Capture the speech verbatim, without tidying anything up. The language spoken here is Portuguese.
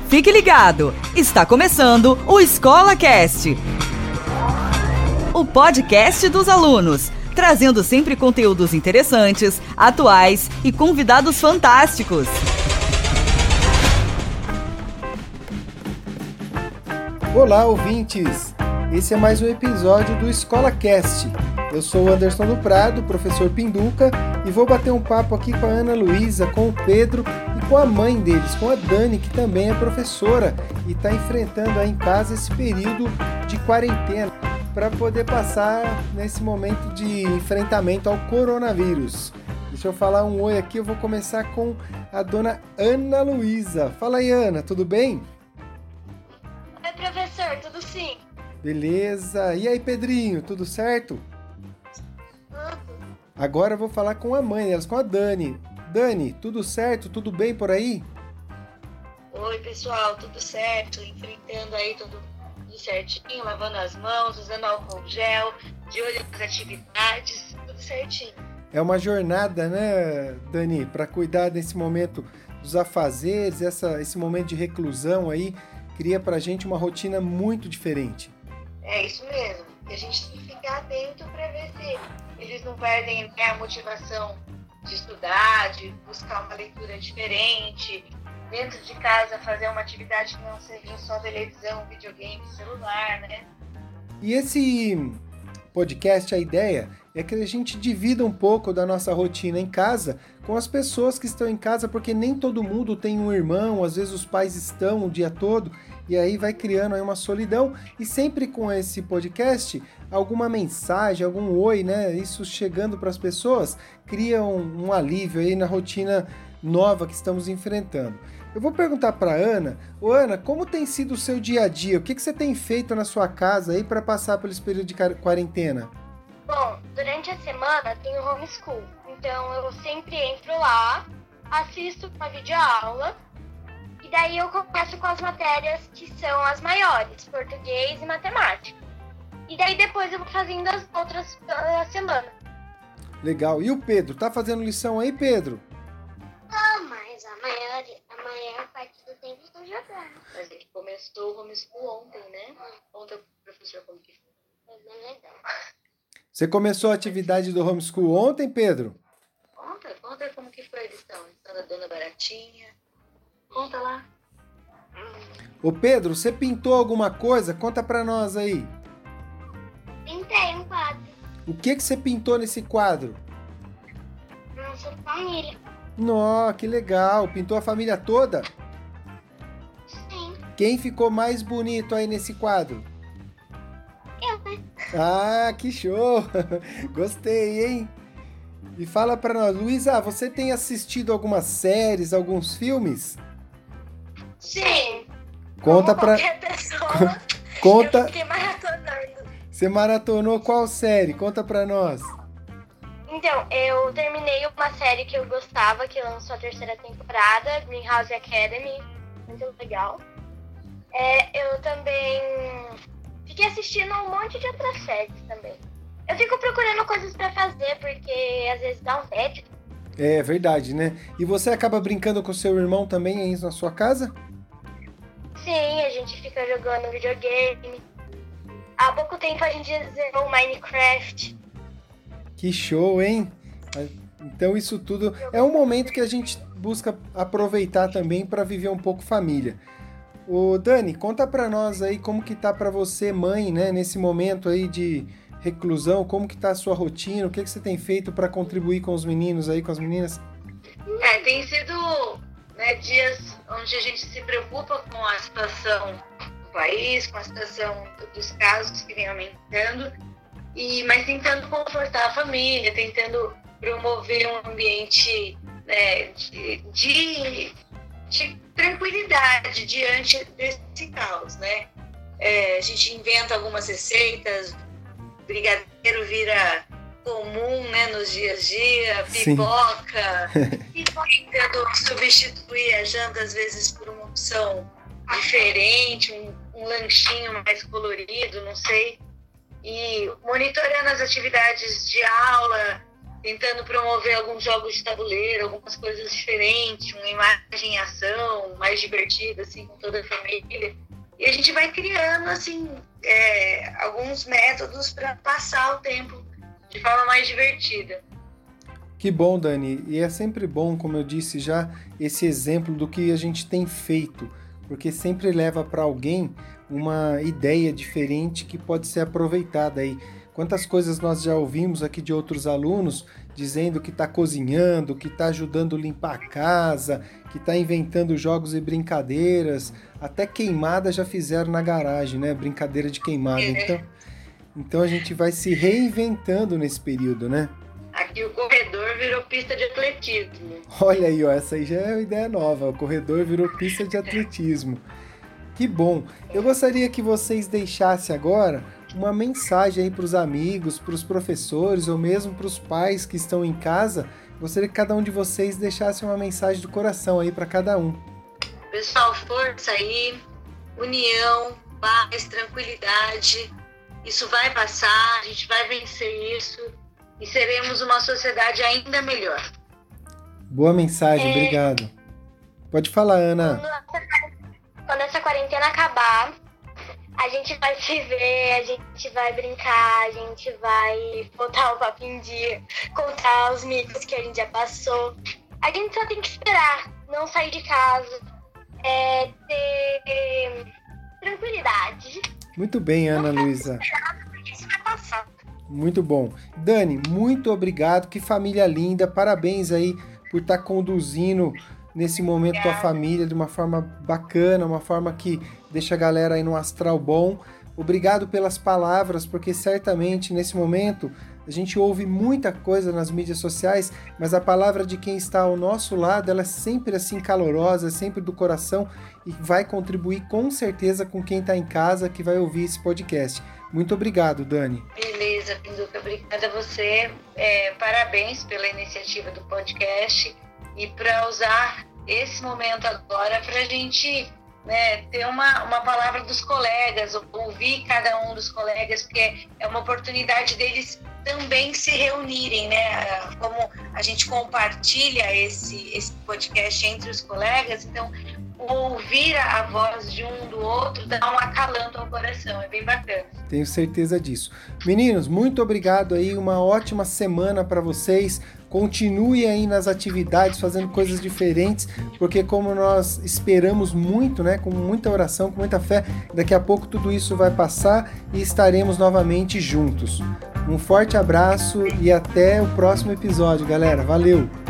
Fique ligado, está começando o Escola Cast, o podcast dos alunos, trazendo sempre conteúdos interessantes, atuais e convidados fantásticos. Olá, ouvintes! Esse é mais um episódio do Escola Cast. Eu sou o Anderson do Prado, professor Pinduca, e vou bater um papo aqui com a Ana Luísa, com o Pedro e com a mãe deles, com a Dani, que também é professora e está enfrentando aí em casa esse período de quarentena para poder passar nesse momento de enfrentamento ao coronavírus. Deixa eu falar um oi aqui, eu vou começar com a dona Ana Luísa. Fala aí, Ana, tudo bem? Oi, professor, tudo sim? Beleza. E aí, Pedrinho, tudo certo? Agora eu vou falar com a mãe delas, com a Dani. Dani, tudo certo? Tudo bem por aí? Oi, pessoal, tudo certo? Enfrentando aí tudo, tudo certinho, lavando as mãos, usando álcool gel, de olho nas atividades, tudo certinho. É uma jornada, né, Dani, para cuidar desse momento dos afazeres, essa, esse momento de reclusão aí, cria pra gente uma rotina muito diferente. É isso mesmo. A gente tem que ficar atento para ver se eles não perdem, né, a motivação de estudar, de buscar uma leitura diferente, dentro de casa fazer uma atividade que não seja só televisão, videogame, celular, né? E esse podcast, a ideia é que a gente divida um pouco da nossa rotina em casa com as pessoas que estão em casa, porque nem todo mundo tem um irmão, às vezes os pais estão o dia todo, e aí vai criando aí uma solidão, e sempre com esse podcast, alguma mensagem, algum oi, né, isso chegando para as pessoas, cria um, um alívio aí na rotina nova que estamos enfrentando. Eu vou perguntar para Ana, ô Ana, como tem sido o seu dia a dia? O que, que você tem feito na sua casa aí para passar por esse período de quarentena? Bom, durante a semana tem o homeschool, então eu sempre entro lá, assisto uma videoaula, e daí eu começo com as matérias que são as maiores, português e matemática. E daí depois eu vou fazendo as outras na semana. Legal. E o Pedro, tá fazendo lição aí, Pedro? Ah, mas a maior, a maior parte do tempo eu tô jogando. Mas ele começou o homeschool ontem, né? Ontem o professor como que foi? Foi bem legal. Você começou a atividade do homeschool ontem, Pedro? Conta, conta como que foi a lição. A lição da Dona Baratinha. Conta lá. Ô Pedro, você pintou alguma coisa? Conta pra nós aí. Pintei um quadro. O que que você pintou nesse quadro? Nossa família. Nossa, que legal. Pintou a família toda? Sim. Quem ficou mais bonito aí nesse quadro? Eu, né? Ah, que show! Gostei, hein? E fala pra nós, Luísa, você tem assistido algumas séries, alguns filmes? Sim. Conta Como pra... qualquer pessoa, Conta... eu fiquei maratonando. Você maratonou qual série? Conta pra nós. Então, eu terminei uma série que eu gostava, que lançou a terceira temporada, Greenhouse Academy. Muito legal. É, eu também fiquei assistindo um monte de outras séries também. Eu fico procurando coisas pra fazer, porque às vezes dá um tédio. É verdade, né? E você acaba brincando com seu irmão também aí na sua casa? Sim, a gente fica jogando videogame. Há pouco tempo a gente zerou Minecraft. Que show, hein? Então isso tudo é um momento que a gente busca aproveitar também para viver um pouco família. Ô Dani, conta para nós aí como que tá para você, mãe, né, nesse momento aí de reclusão, como que tá a sua rotina, o que que você tem feito para contribuir com os meninos aí, com as meninas? É, tem sido, né, dias onde a gente se preocupa com a situação do país, com a situação dos casos que vem aumentando, e, mas tentando confortar a família, tentando promover um ambiente, né, de, de, de tranquilidade diante desse caos, né? É, a gente inventa algumas receitas, brigadeiro vira comum, né, nos dias a dia, pipoca, e tentando substituir a janta às vezes por uma opção diferente, um, um lanchinho mais colorido, não sei, e monitorando as atividades de aula, tentando promover alguns jogos de tabuleiro, algumas coisas diferentes, uma imagem em ação, mais divertida, assim, com toda a família. E a gente vai criando, assim, é, alguns métodos para passar o tempo de forma mais divertida. Que bom, Dani. E é sempre bom, como eu disse já, esse exemplo do que a gente tem feito, porque sempre leva para alguém uma ideia diferente que pode ser aproveitada aí. Quantas coisas nós já ouvimos aqui de outros alunos dizendo que está cozinhando, que está ajudando a limpar a casa, que está inventando jogos e brincadeiras, até queimada já fizeram na garagem, né? Brincadeira de queimada. Então, então a gente vai se reinventando nesse período, né? Aqui o corredor virou pista de atletismo. Olha aí, ó, essa aí já é uma ideia nova. O corredor virou pista de atletismo. Que bom. Eu gostaria que vocês deixassem agora uma mensagem aí para os amigos, para os professores ou mesmo para os pais que estão em casa. Gostaria que cada um de vocês deixasse uma mensagem do coração aí para cada um. Pessoal, força aí, união, paz, tranquilidade. Isso vai passar, a gente vai vencer isso e seremos uma sociedade ainda melhor. Boa mensagem, é... obrigado. Pode falar, Ana. Quando essa quarentena acabar, a gente vai se ver, a gente vai brincar, a gente vai botar o papo em dia, contar os mitos que a gente já passou. A gente só tem que esperar, não sair de casa, é, ter tranquilidade. Muito bem, Ana Luísa. Isso vai passar. Muito bom. Dani, muito obrigado, que família linda, parabéns aí por estar conduzindo nesse momento tua família de uma forma bacana, uma forma que deixa a galera aí no astral bom. Obrigado pelas palavras, porque certamente nesse momento a gente ouve muita coisa nas mídias sociais, mas a palavra de quem está ao nosso lado, ela é sempre assim calorosa, é sempre do coração e vai contribuir com certeza com quem está em casa que vai ouvir esse podcast. Muito obrigado, Dani. Beleza, Pinduca, obrigada a você. É, parabéns pela iniciativa do podcast e para usar esse momento agora para a gente, né, ter uma, uma palavra dos colegas, ouvir cada um dos colegas, porque é uma oportunidade deles também se reunirem, né? Como a gente compartilha esse, esse podcast entre os colegas, então ouvir a voz de um do outro dá um acalanto ao coração, é bem bacana. Tenho certeza disso. Meninos, muito obrigado aí, uma ótima semana para vocês. Continue aí nas atividades, fazendo coisas diferentes, porque como nós esperamos muito, né, com muita oração, com muita fé, daqui a pouco tudo isso vai passar e estaremos novamente juntos. Um forte abraço e até o próximo episódio, galera. Valeu!